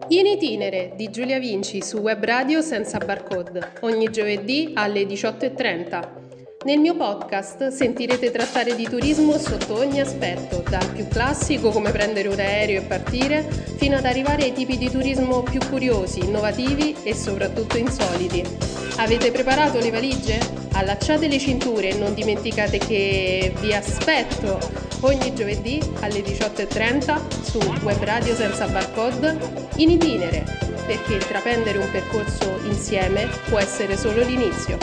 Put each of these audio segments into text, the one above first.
In itinere di Giulia Vinci su Web Radio senza barcode, ogni giovedì alle 18:30. Nel mio podcast sentirete trattare di turismo sotto ogni aspetto, dal più classico come prendere un aereo e partire, fino ad arrivare ai tipi di turismo più curiosi, innovativi e soprattutto insoliti. Avete preparato le valigie? Allacciate le cinture e non dimenticate che vi aspetto ogni giovedì alle 18:30 su Web Radio senza barcode in itinere, perché intraprendere un percorso insieme può essere solo l'inizio.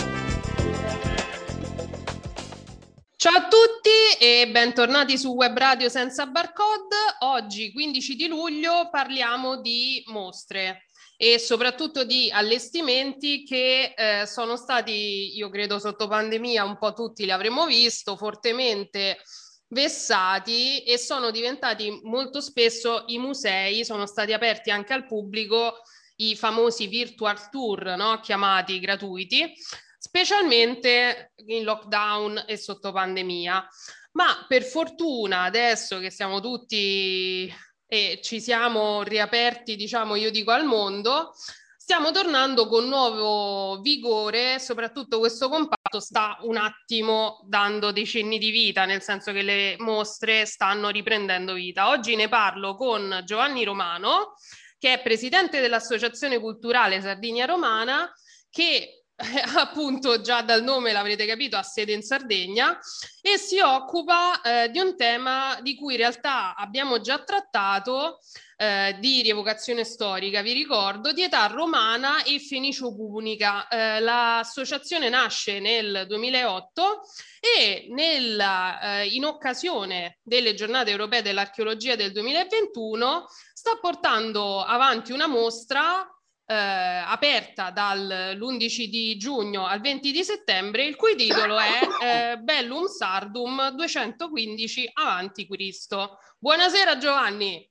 Ciao a tutti e bentornati su Web Radio senza barcode. Oggi, 15 di luglio, parliamo di mostre e soprattutto di allestimenti che sono stati, io credo sotto pandemia, un po' tutti li avremmo visto, fortemente vessati e sono diventati molto spesso i musei, sono stati aperti anche al pubblico i famosi virtual tour, no? Chiamati gratuiti, specialmente in lockdown e sotto pandemia. Ma per fortuna adesso che siamo tutti e ci siamo riaperti, diciamo, io dico al mondo, stiamo tornando con nuovo vigore, soprattutto questo comparto sta un attimo dando dei cenni di vita, nel senso che le mostre stanno riprendendo vita. Oggi ne parlo con Giovanni Romano, che è presidente dell'Associazione Culturale Sardinia Romana, che appunto già dal nome l'avrete capito ha sede in Sardegna e si occupa di un tema di cui in realtà abbiamo già trattato, di rievocazione storica, vi ricordo, di età romana e fenicio punica. L'associazione nasce nel 2008 e in occasione delle giornate europee dell'archeologia del 2021 sta portando avanti una mostra aperta dall'11 di giugno al 20 di settembre, il cui titolo è Bellum Sardum 215 avanti Cristo. Buonasera Giovanni.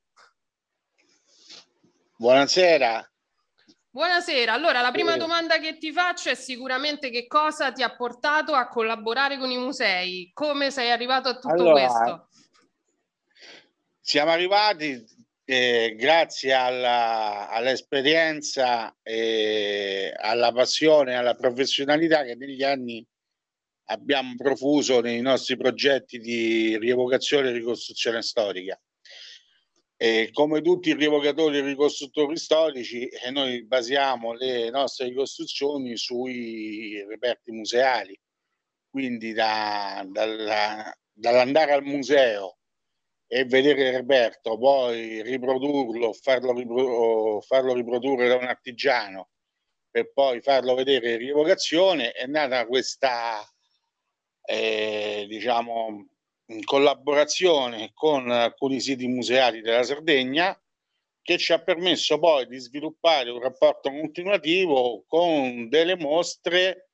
Buonasera. Buonasera. Allora, la prima domanda che ti faccio è sicuramente che cosa ti ha portato a collaborare con i musei? Come sei arrivato a tutto questo? Siamo arrivati grazie all'esperienza e alla passione, alla professionalità che negli anni abbiamo profuso nei nostri progetti di rievocazione e ricostruzione storica. E come tutti i rievocatori e ricostruttori storici, noi basiamo le nostre ricostruzioni sui reperti museali, quindi dall'andare al museo e vedere il reperto, poi riprodurlo, farlo riprodurre da un artigiano per poi farlo vedere in rievocazione, è nata questa diciamo in collaborazione con alcuni siti museali della Sardegna, che ci ha permesso poi di sviluppare un rapporto continuativo con delle mostre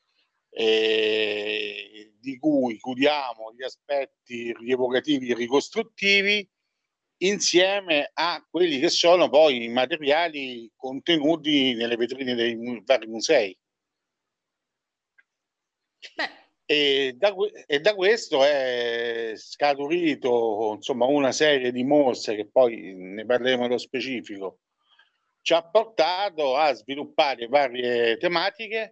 di cui curiamo gli aspetti rievocativi e ricostruttivi insieme a quelli che sono poi i materiali contenuti nelle vetrine dei vari musei. E da questo è scaturito, insomma, una serie di mostre che poi ne parleremo nello specifico, ci ha portato a sviluppare varie tematiche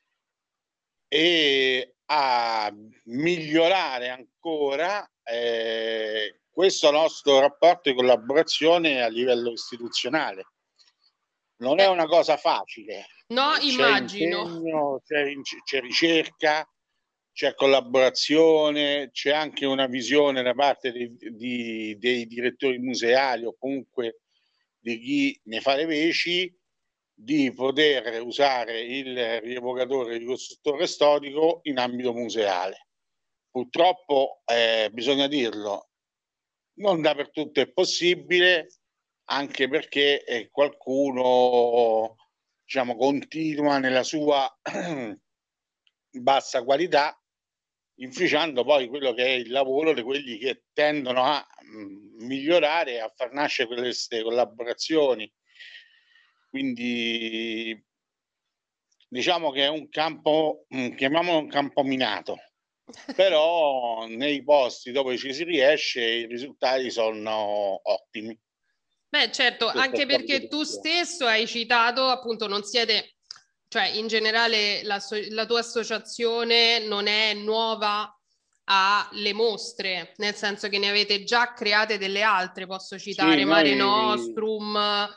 e a migliorare ancora questo nostro rapporto di collaborazione a livello istituzionale. Non è una cosa facile. No, immagino. Impegno, c'è ricerca, c'è collaborazione, c'è anche una visione da parte dei direttori museali o comunque di chi ne fa le veci di poter usare il rievocatore ricostruttore storico in ambito museale. Purtroppo, bisogna dirlo, non dappertutto è possibile, anche perché qualcuno, diciamo, continua nella sua bassa qualità, inficiando poi quello che è il lavoro di quelli che tendono a migliorare, a far nascere queste collaborazioni. Quindi diciamo che è un campo, chiamiamolo un campo minato, però nei posti dove ci si riesce i risultati sono ottimi. Beh, certo, anche perché tu stesso hai citato, appunto, non siete, cioè in generale la tua associazione non è nuova alle mostre, nel senso che ne avete già create delle altre, posso citare Sì, Mare noi Nostrum,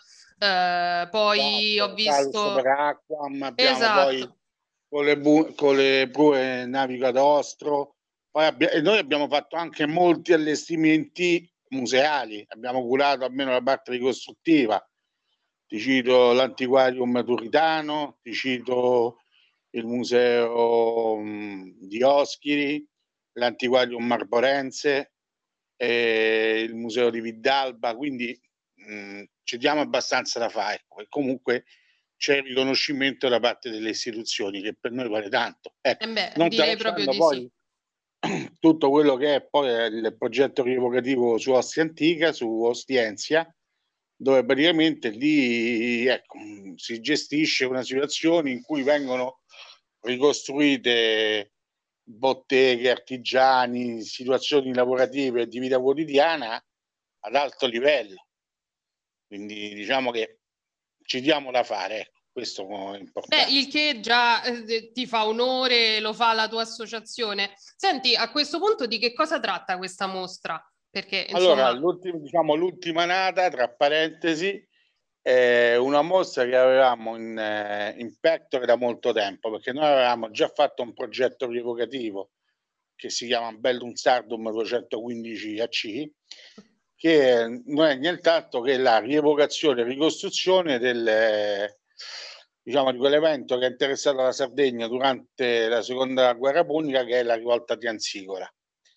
poi ho Salus per visto... acqua, ma abbiamo poi Esatto. con le prue navico ad ostro. Poi e noi abbiamo fatto anche molti allestimenti museali, abbiamo curato almeno la parte ricostruttiva. Ti cito l'Antiquarium Turitano, ti cito il Museo di Oschiri, l'Antiquarium Marborense, il Museo di Vidalba, quindi ci diamo abbastanza da fare. E comunque c'è il riconoscimento da parte delle istituzioni, che per noi vale tanto. Ecco, Beh, non direi proprio tralasciando di sì. poi tutto quello che è poi il progetto rievocativo su Ostia Antica, su Ostienzia, dove praticamente lì ecco, si gestisce una situazione in cui vengono ricostruite botteghe, artigiani, situazioni lavorative e di vita quotidiana ad alto livello. Quindi diciamo che ci diamo da fare, ecco, questo è Beh, importante. il che già ti fa onore, lo fa la tua associazione. Senti, a questo punto di che cosa tratta questa mostra? Perché, Allora, insomma, diciamo, l'ultima nata, tra parentesi, è una mostra che avevamo in pectore da molto tempo, perché noi avevamo già fatto un progetto rievocativo che si chiama Bellum Sardum 215 AC, che non è nient'altro che la rievocazione e ricostruzione diciamo, di quell'evento che ha interessato la Sardegna durante la seconda guerra punica, che è la rivolta di Anzigora.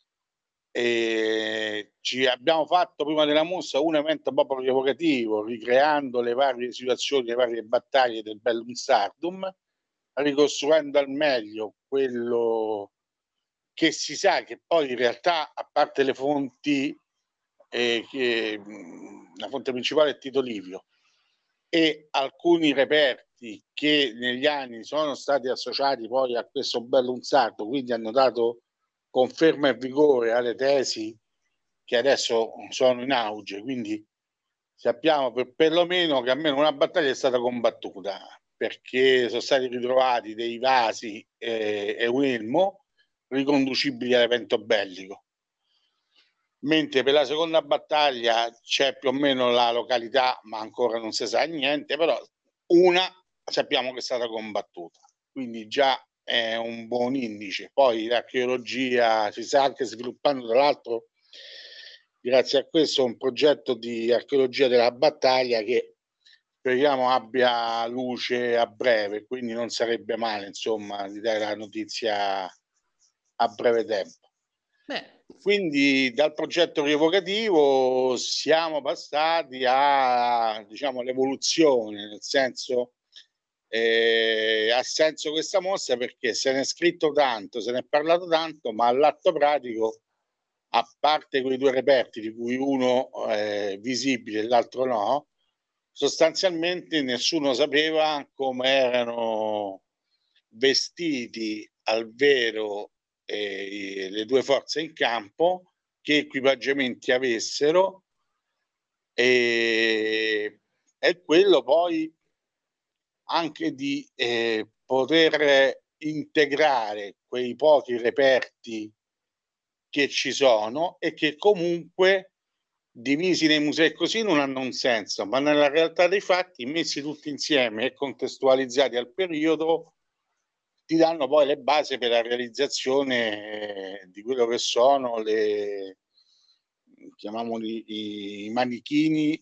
E ci abbiamo fatto prima della mostra un evento proprio rievocativo, ricreando le varie situazioni, le varie battaglie del Bellum Sardum, ricostruendo al meglio quello che si sa, che poi in realtà, a parte le fonti, la fonte principale è Tito Livio, e alcuni reperti che negli anni sono stati associati poi a questo Bellum Sardum, quindi hanno dato conferma e vigore alle tesi che adesso sono in auge, quindi sappiamo perlomeno che almeno una battaglia è stata combattuta, perché sono stati ritrovati dei vasi e un elmo riconducibili all'evento bellico. Mentre per la seconda battaglia c'è più o meno la località, ma ancora non si sa niente, però una sappiamo che è stata combattuta, quindi già è un buon indice. Poi l'archeologia si sta anche sviluppando, tra l'altro, grazie a questo, un progetto di archeologia della battaglia che speriamo abbia luce a breve, quindi non sarebbe male, insomma, di dare la notizia a breve tempo. beh, Quindi dal progetto rievocativo siamo passati a, diciamo, l'evoluzione, nel senso ha senso questa mostra perché se ne è scritto tanto, se ne è parlato tanto, ma all'atto pratico, a parte quei due reperti di cui uno è visibile e l'altro no, sostanzialmente nessuno sapeva come erano vestiti al vero le due forze in campo, che equipaggiamenti avessero e quello poi anche di poter integrare quei pochi reperti che ci sono e che comunque divisi nei musei così non hanno un senso, ma nella realtà dei fatti, messi tutti insieme e contestualizzati al periodo, ti danno poi le basi per la realizzazione di quello che sono chiamiamoli i manichini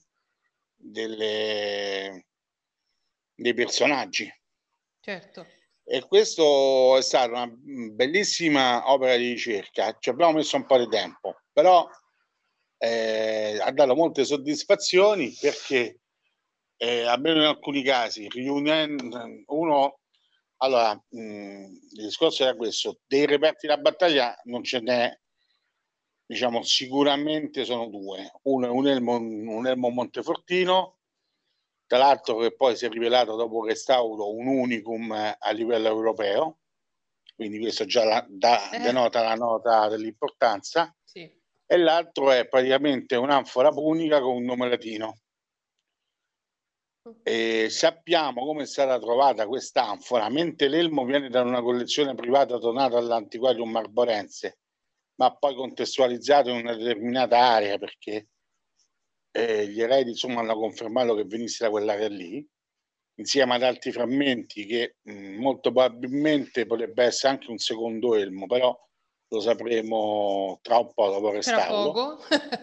dei personaggi. certo. E questo è stata una bellissima opera di ricerca, ci abbiamo messo un po' di tempo, però ha dato molte soddisfazioni perché almeno in alcuni casi uno allora il discorso era questo: dei reperti da battaglia non ce n'è, diciamo, sicuramente sono due, uno è un elmo Montefortino, tra l'altro che poi si è rivelato dopo restauro un unicum a livello europeo, quindi questo già denota la nota dell'importanza, Sì. e l'altro è praticamente un'anfora punica con un nome latino. E sappiamo come è stata trovata quest'anfora, mentre l'elmo viene da una collezione privata donata all'Antiquarium Marborense, ma poi contestualizzato in una determinata area, perché gli eredi insomma hanno confermato che venisse da quell'area lì, insieme ad altri frammenti che molto probabilmente potrebbe essere anche un secondo elmo, però lo sapremo tra un po' dopo Tra restauro. poco.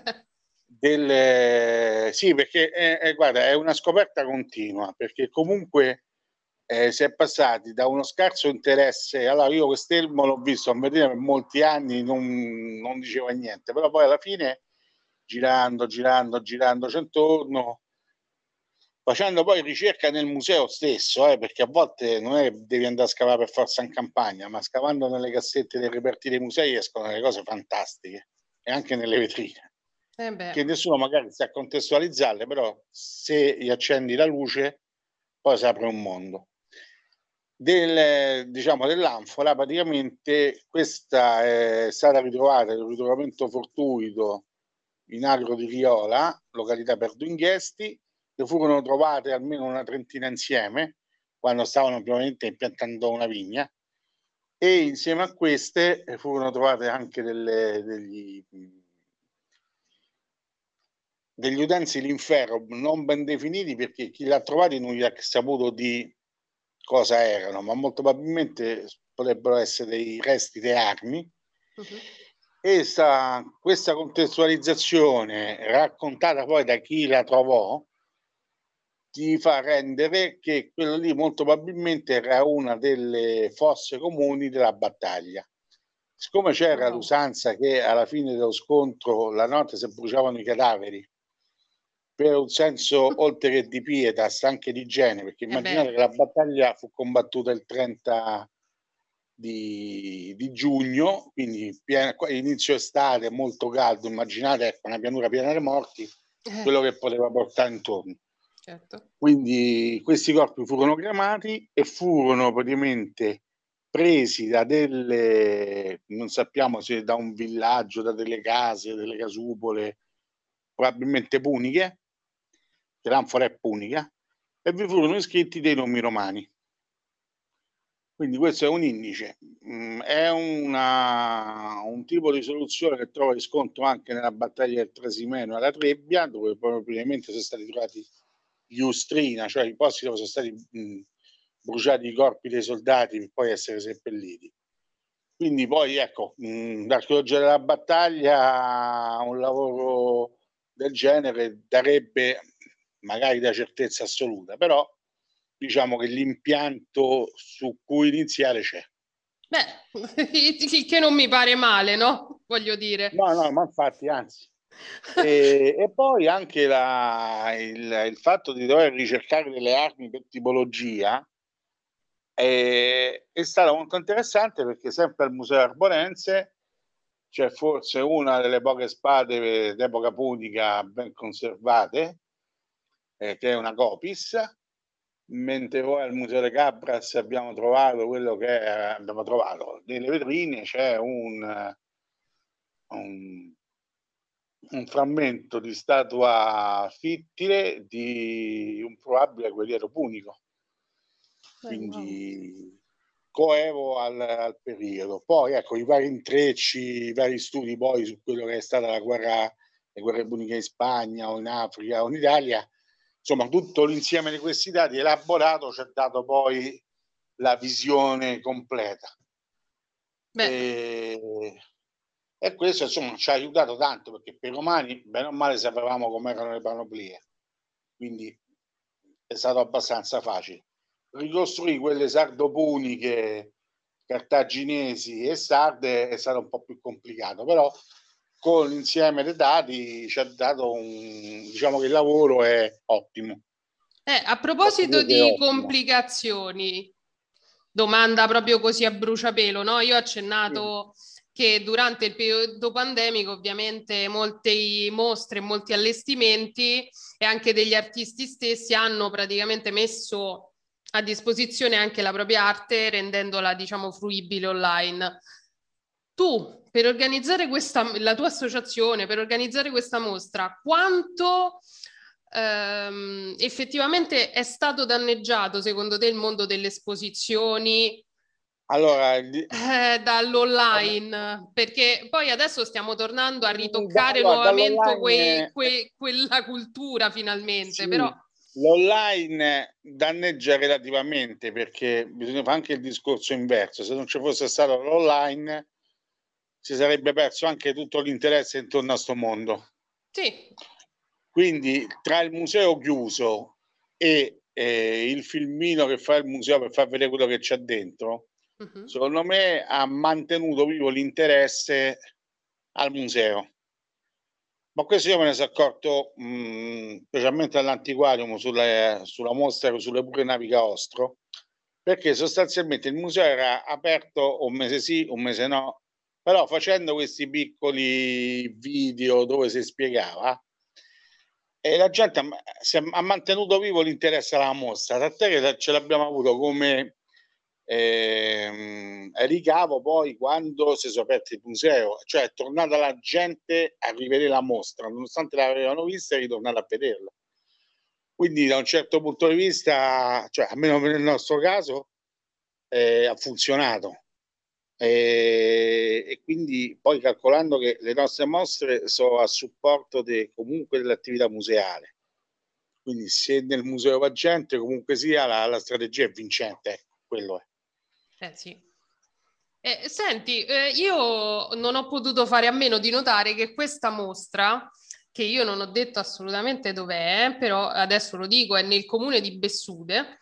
Sì, perché guarda, è una scoperta continua, perché comunque si è passati da uno scarso interesse. Allora, io quest'elmo l'ho visto a vedere per molti anni, non diceva niente, però poi alla fine, girandoci intorno, facendo poi ricerca nel museo stesso, perché a volte non è che devi andare a scavare per forza in campagna, ma scavando nelle cassette dei reperti dei musei escono delle cose fantastiche, e anche nelle vetrine. Che nessuno magari sta a contestualizzarle, però se gli accendi la luce poi si apre un mondo. Diciamo, dell'anfora, praticamente questa è stata ritrovata, il ritrovamento fortuito in Agro di Riola, località Perdunghiesti, che furono trovate almeno una trentina insieme quando stavano ovviamente impiantando una vigna, e insieme a queste furono trovate anche degli utensili in ferro non ben definiti, perché chi l'ha trovati non gli ha saputo di cosa erano, ma molto probabilmente potrebbero essere dei resti di armi. E questa contestualizzazione raccontata poi da chi la trovò ti fa rendere che quello lì molto probabilmente era una delle fosse comuni della battaglia. Siccome c'era l'usanza che alla fine dello scontro la notte si bruciavano i cadaveri, per un senso oltre che di pietas anche di igiene, perché immaginate che la battaglia fu combattuta il 30 di giugno, quindi inizio estate, molto caldo, immaginate, ecco, una pianura piena di morti, quello che poteva portare intorno. Certo. Quindi questi corpi furono cremati e furono praticamente presi da non sappiamo se da un villaggio, da delle case, delle casupole, probabilmente puniche, che l'anfora è punica, e vi furono iscritti dei nomi romani. Quindi questo è un indice, è un tipo di soluzione che trova riscontro anche nella battaglia del Trasimeno alla Trebbia, dove probabilmente sono stati trovati gli ustrina, cioè i posti dove sono stati bruciati i corpi dei soldati per poi essere seppelliti. Quindi poi ecco, l'archeologia della battaglia, un lavoro del genere darebbe magari da certezza assoluta, però diciamo che l'impianto su cui iniziare c'è. Beh, il che non mi pare male, no? Voglio dire. No, ma infatti, anzi. E poi anche il fatto di dover ricercare delle armi per tipologia è stato molto interessante, perché sempre al Museo Arborense c'è forse una delle poche spade d'epoca punica ben conservate, che è una Copis, mentre poi al Museo de Cabras abbiamo trovato quello che abbiamo trovato nelle vetrine, c'è un frammento di statua fittile di un probabile guerriero punico, quindi coevo al periodo. Poi ecco i vari intrecci, i vari studi poi su quello che è stata le guerre puniche in Spagna o in Africa o in Italia, insomma tutto l'insieme di questi dati elaborato ci ha dato poi la visione completa. E questo insomma ci ha aiutato tanto, perché per i romani bene o male sapevamo com'erano le panoplie, quindi è stato abbastanza facile. Ricostruire quelle sardopuniche, cartaginesi e sarde è stato un po' più complicato, però con l'insieme dei dati ci ha dato diciamo che il lavoro è ottimo. A proposito di complicazioni, domanda proprio così a bruciapelo, no? Io ho accennato che durante il periodo pandemico ovviamente molte mostre, molti allestimenti e anche degli artisti stessi hanno praticamente messo a disposizione anche la propria arte, rendendola, diciamo, fruibile online. Tu, per organizzare la tua associazione, per organizzare questa mostra, quanto effettivamente è stato danneggiato, secondo te, il mondo delle esposizioni Allora, dall'online? Perché poi adesso stiamo tornando a ritoccare guarda, nuovamente l'online quella cultura finalmente, però... sì, l'online danneggia relativamente, perché bisogna fare anche il discorso inverso. Se non ci fosse stato l'online, si sarebbe perso anche tutto l'interesse intorno a sto mondo. Sì. Quindi tra il museo chiuso e il filmino che fa il museo per far vedere quello che c'è dentro, secondo me ha mantenuto vivo l'interesse al museo. Ma questo io me ne sono accorto specialmente all'antiquarium, sulla mostra sulle pure navi Caostro, perché sostanzialmente il museo era aperto un mese sì, un mese no, però facendo questi piccoli video dove si spiegava, e la gente ha mantenuto vivo l'interesse alla mostra, tant'è che ce l'abbiamo avuto come ricavo poi quando si sono aperti il museo, cioè è tornata la gente a rivedere la mostra, nonostante l'avevano vista, è ritornata a vederla. Quindi da un certo punto di vista, cioè almeno nel nostro caso, ha funzionato. E quindi poi calcolando che le nostre mostre sono a supporto comunque dell'attività museale, quindi se nel museo va gente, comunque sia la strategia è vincente, ecco, quello è. Sì. Senti, io non ho potuto fare a meno di notare che questa mostra, che io non ho detto assolutamente dov'è, però adesso lo dico, è nel comune di Bessude,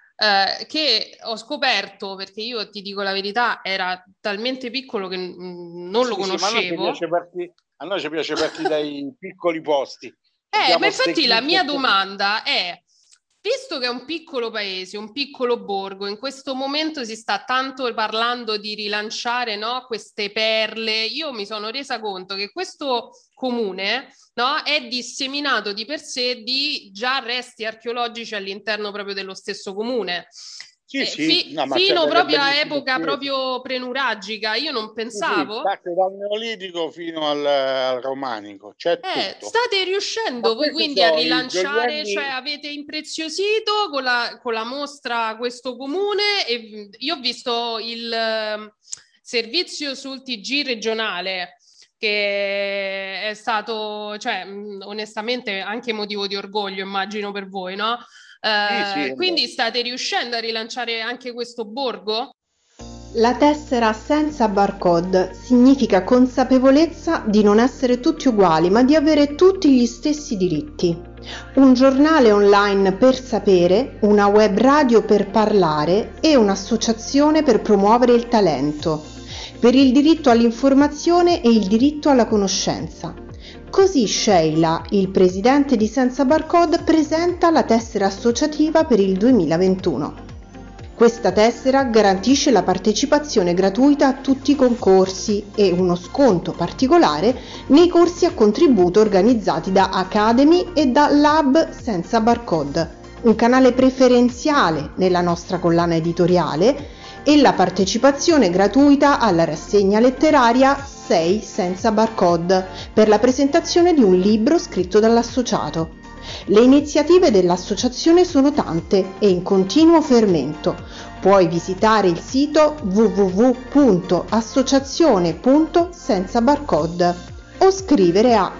che ho scoperto, perché io ti dico la verità, era talmente piccolo che non lo Sì, sì, ma conoscevo. a noi ci piace partire dai piccoli posti. Abbiamo Ma ste infatti la chicche mia domanda è, visto che è un piccolo paese, un piccolo borgo, in questo momento si sta tanto parlando di rilanciare, no, queste perle, io mi sono resa conto che questo comune, no, è disseminato di per sé di già resti archeologici all'interno proprio dello stesso comune. Sì, sì, no, ma c'è Fino delle proprio a bellissime epoca chiese. proprio prenuragica, io non Sì, sì, pensavo. parte dal Neolitico fino al Romanico, c'è tutto. State Ma riuscendo voi questi quindi a sono i rilanciare, cioè gioielli. avete impreziosito con la mostra questo comune e io ho visto il servizio sul TG regionale che è stato, cioè, onestamente anche motivo di orgoglio, immagino per voi, no? Sì, sì, Quindi state riuscendo a rilanciare anche questo borgo? La tessera senza barcode significa consapevolezza di non essere tutti uguali, ma di avere tutti gli stessi diritti. Un giornale online per sapere, una web radio per parlare e un'associazione per promuovere il talento, per il diritto all'informazione e il diritto alla conoscenza. Così Sheila, il presidente di Senza Barcode, presenta la tessera associativa per il 2021. Questa tessera garantisce la partecipazione gratuita a tutti i concorsi e uno sconto particolare nei corsi a contributo organizzati da Academy e da Lab Senza Barcode, un canale preferenziale nella nostra collana editoriale, e la partecipazione gratuita alla rassegna letteraria 6 Senza Barcode per la presentazione di un libro scritto dall'associato. Le iniziative dell'associazione sono tante e in continuo fermento. Puoi visitare il sito www.associazione.senzabarcode o scrivere a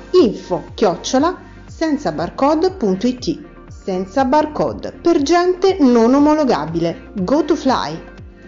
info@senzabarcode.it. Senza barcode, per gente non omologabile. Go to fly!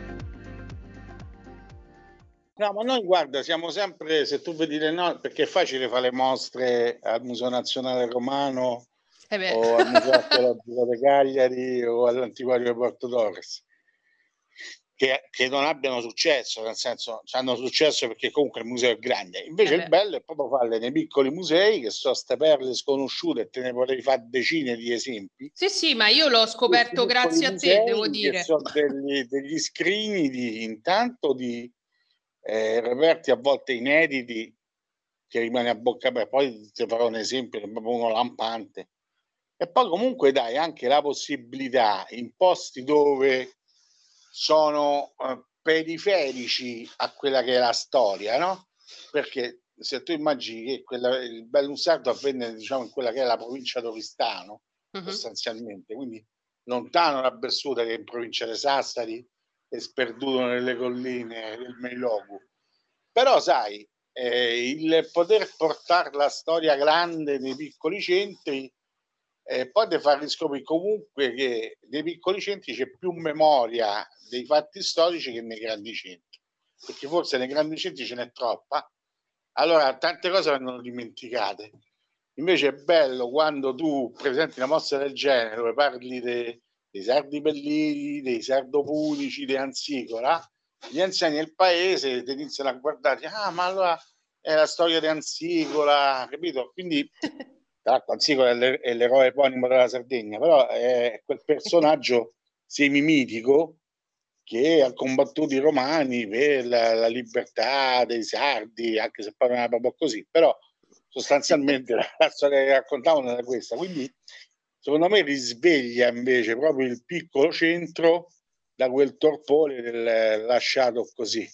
No, ma noi guarda, siamo sempre, se tu vedi perché è facile fare le mostre al Museo Nazionale Romano o al Museo Archeologico di Cagliari o all'Antiquario di Porto Torres, che non abbiano successo, nel senso hanno successo perché comunque il museo è grande. Invece il bello è proprio farle nei piccoli musei, che sono ste perle sconosciute, e te ne potrei fare decine di esempi. Sì, sì, ma io l'ho Questi scoperto piccoli grazie a te, devo musei che dire. sono degli scrini intanto di reperti a volte inediti, che rimane a bocca aperta. Poi ti farò un esempio, che è proprio uno lampante. E poi comunque dai anche la possibilità in posti dove sono periferici a quella che è la storia, no? Perché se tu immagini che il Bel Lusardo avvenne, diciamo, in quella che è la provincia d'Oristano, sostanzialmente, quindi lontano da Bersuda, che è in provincia di Sassari, e sperduto nelle colline del Meilogu. Però sai, il poter portare la storia grande nei piccoli centri poi ti fa riscoprire comunque che nei piccoli centri c'è più memoria dei fatti storici che nei grandi centri, perché forse nei grandi centri ce n'è troppa, allora tante cose vengono dimenticate. Invece è bello quando tu presenti una mostra del genere dove parli dei sardi bellini, dei sardopunici, di Ansicola, gli anziani del paese ti iniziano a guardare, ma allora è la storia di Ansicola, capito? Quindi tra l'altro Ansicola è l'eroe eponimo della Sardegna, però è quel personaggio semimitico che ha combattuto i romani per la libertà dei sardi, anche se poi non era proprio così, però sostanzialmente la storia che raccontavano era questa. Quindi secondo me risveglia invece proprio il piccolo centro da quel torpore del lasciato così.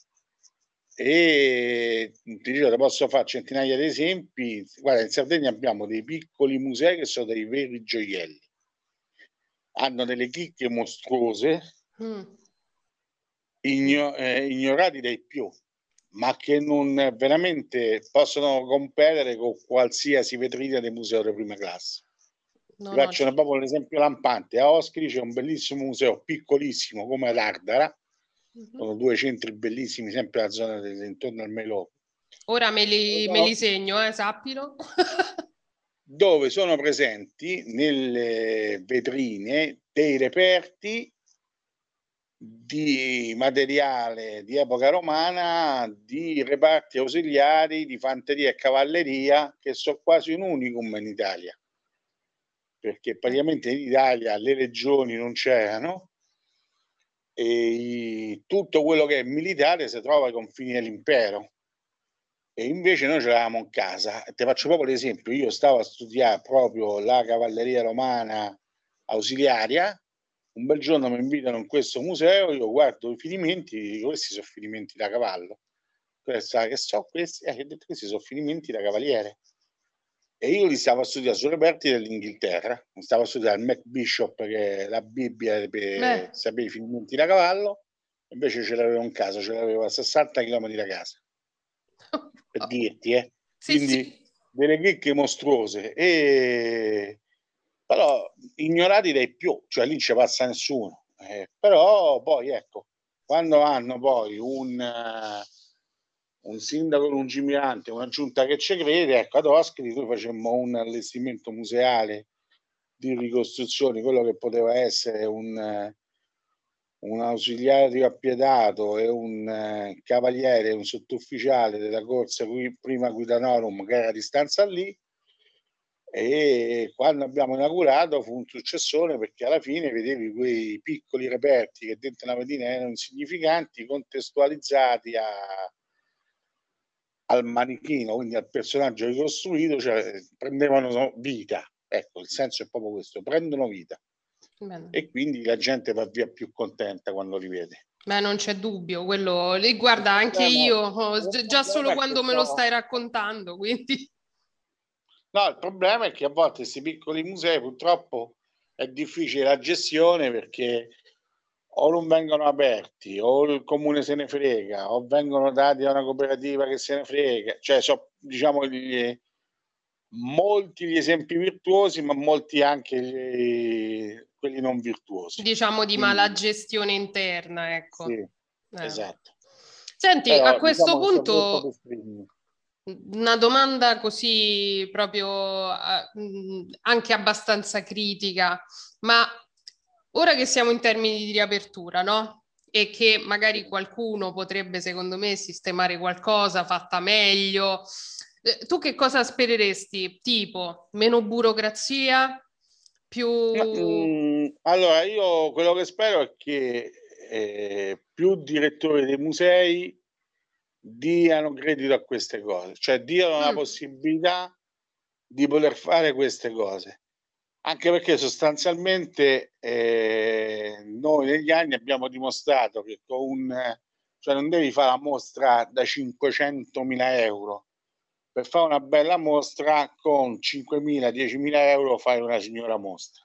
E ti dico, posso fare centinaia di esempi. Guarda, in Sardegna abbiamo dei piccoli musei che sono dei veri gioielli, hanno delle chicche mostruose, ignorati dai più, ma che non veramente possono competere con qualsiasi vetrina del museo di prima classe. Ti faccio proprio un esempio lampante. A Oscri c'è un bellissimo museo, piccolissimo come l'Ardara, sono due centri bellissimi, sempre nella zona intorno al Melo. Ora me li segno, sappilo. Dove sono presenti nelle vetrine dei reperti di materiale di epoca romana, di reparti ausiliari, di fanteria e cavalleria, che sono quasi un unicum in Italia, perché praticamente in Italia le legioni non c'erano e tutto quello che è militare si trova ai confini dell'impero. E invece noi ce l'avevamo in casa. Ti faccio proprio l'esempio: io stavo a studiare proprio la cavalleria romana ausiliaria, un bel giorno mi invitano in questo museo, io guardo i finimenti, dico questi sono finimenti da cavallo, questa che so questi, questi sono finimenti da cavaliere. E io li stavo a studiare sui reperti dell'Inghilterra, stavo a studiare il Mac Bishop, che è la Bibbia per sapere i finimenti da cavallo, invece ce l'avevo in casa, ce l'avevo a 60 km da casa, per dirti, quindi delle chicche mostruose, però ignorati dai più, cioè lì ci passa nessuno, però poi ecco, quando hanno poi un sindaco lungimirante, una giunta che ci crede, ecco, ad Oscri noi facemmo un allestimento museale di ricostruzione, quello che poteva essere un ausiliario appietato e un cavaliere, un sottufficiale della corsa prima Guidanorum, che era di stanza lì, e quando abbiamo inaugurato fu un successone, perché alla fine vedevi quei piccoli reperti che dentro una vetrina erano insignificanti, contestualizzati al manichino, quindi al personaggio ricostruito, cioè prendevano vita. Ecco, il senso è proprio questo, prendono vita. Bene. E quindi la gente va via più contenta quando li vede. Beh, non c'è dubbio, quello lì, guarda, anche io, già solo quando me lo stai raccontando, quindi... No, il problema è che a volte questi piccoli musei purtroppo è difficile la gestione, perché o non vengono aperti, o il comune se ne frega, o vengono dati a una cooperativa che se ne frega, cioè so, diciamo molti gli esempi virtuosi, ma molti anche quelli non virtuosi. Diciamo di mala gestione interna, ecco. Sì, esatto. Senti, però, a questo punto una domanda così proprio anche abbastanza critica, ma ora che siamo in termini di riapertura, no? E che magari qualcuno potrebbe, secondo me, sistemare qualcosa fatta meglio, tu che cosa spereresti? Tipo, meno burocrazia, più... Allora, io quello che spero è che più direttori dei musei diano credito a queste cose, cioè diano la possibilità di poter fare queste cose, anche perché sostanzialmente noi negli anni abbiamo dimostrato che cioè non devi fare la mostra da 500.000 euro, per fare una bella mostra con 5.000-10.000 euro fai una signora mostra.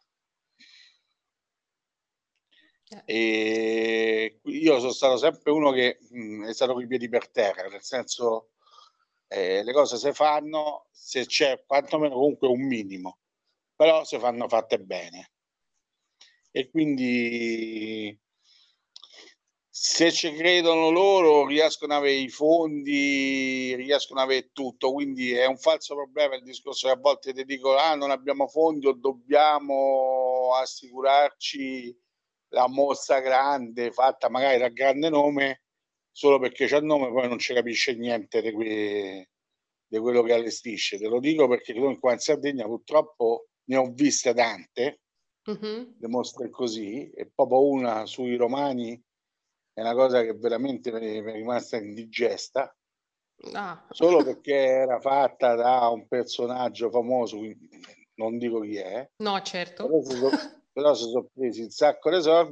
E io sono stato sempre uno che è stato con i piedi per terra, nel senso le cose si fanno se c'è quantomeno comunque un minimo, però si fanno fatte bene. E quindi se ci credono loro riescono ad avere i fondi, riescono ad avere tutto, quindi è un falso problema il discorso che a volte ti dicono non abbiamo fondi o dobbiamo assicurarci la mostra grande fatta magari da grande nome solo perché c'è il nome, poi non ci capisce niente di quello che allestisce. Te lo dico perché noi qua in Sardegna purtroppo ne ho viste tante, le mostre così, e proprio una sui romani è una cosa che veramente mi è rimasta indigesta, solo perché era fatta da un personaggio famoso, non dico chi è, No, certo. però si sono presi un sacco di soldi